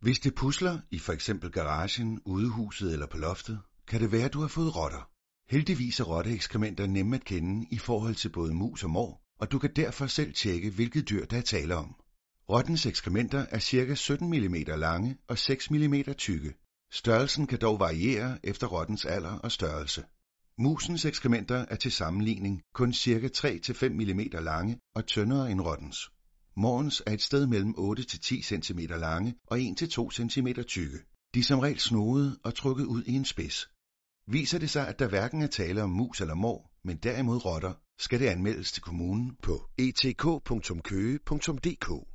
Hvis det pusler i for eksempel garagen, udehuset eller på loftet, kan det være, at du har fået rotter. Heldigvis er rotteekskrementer nemme at kende i forhold til både mus og mår, og du kan derfor selv tjekke, hvilket dyr der er tale om. Rottens ekskrementer er ca. 17 mm lange og 6 mm tykke. Størrelsen kan dog variere efter rottens alder og størrelse. Musens ekskrementer er til sammenligning kun ca. 3-5 mm lange og tyndere end rottens. Mårens er et sted mellem 8-10 cm lange og 1-2 cm tykke. De er som regel snoede og trukket ud i en spids. Viser det sig, at der hverken er tale om mus eller mår, men derimod rotter, skal det anmeldes til kommunen på etk.køge.dk.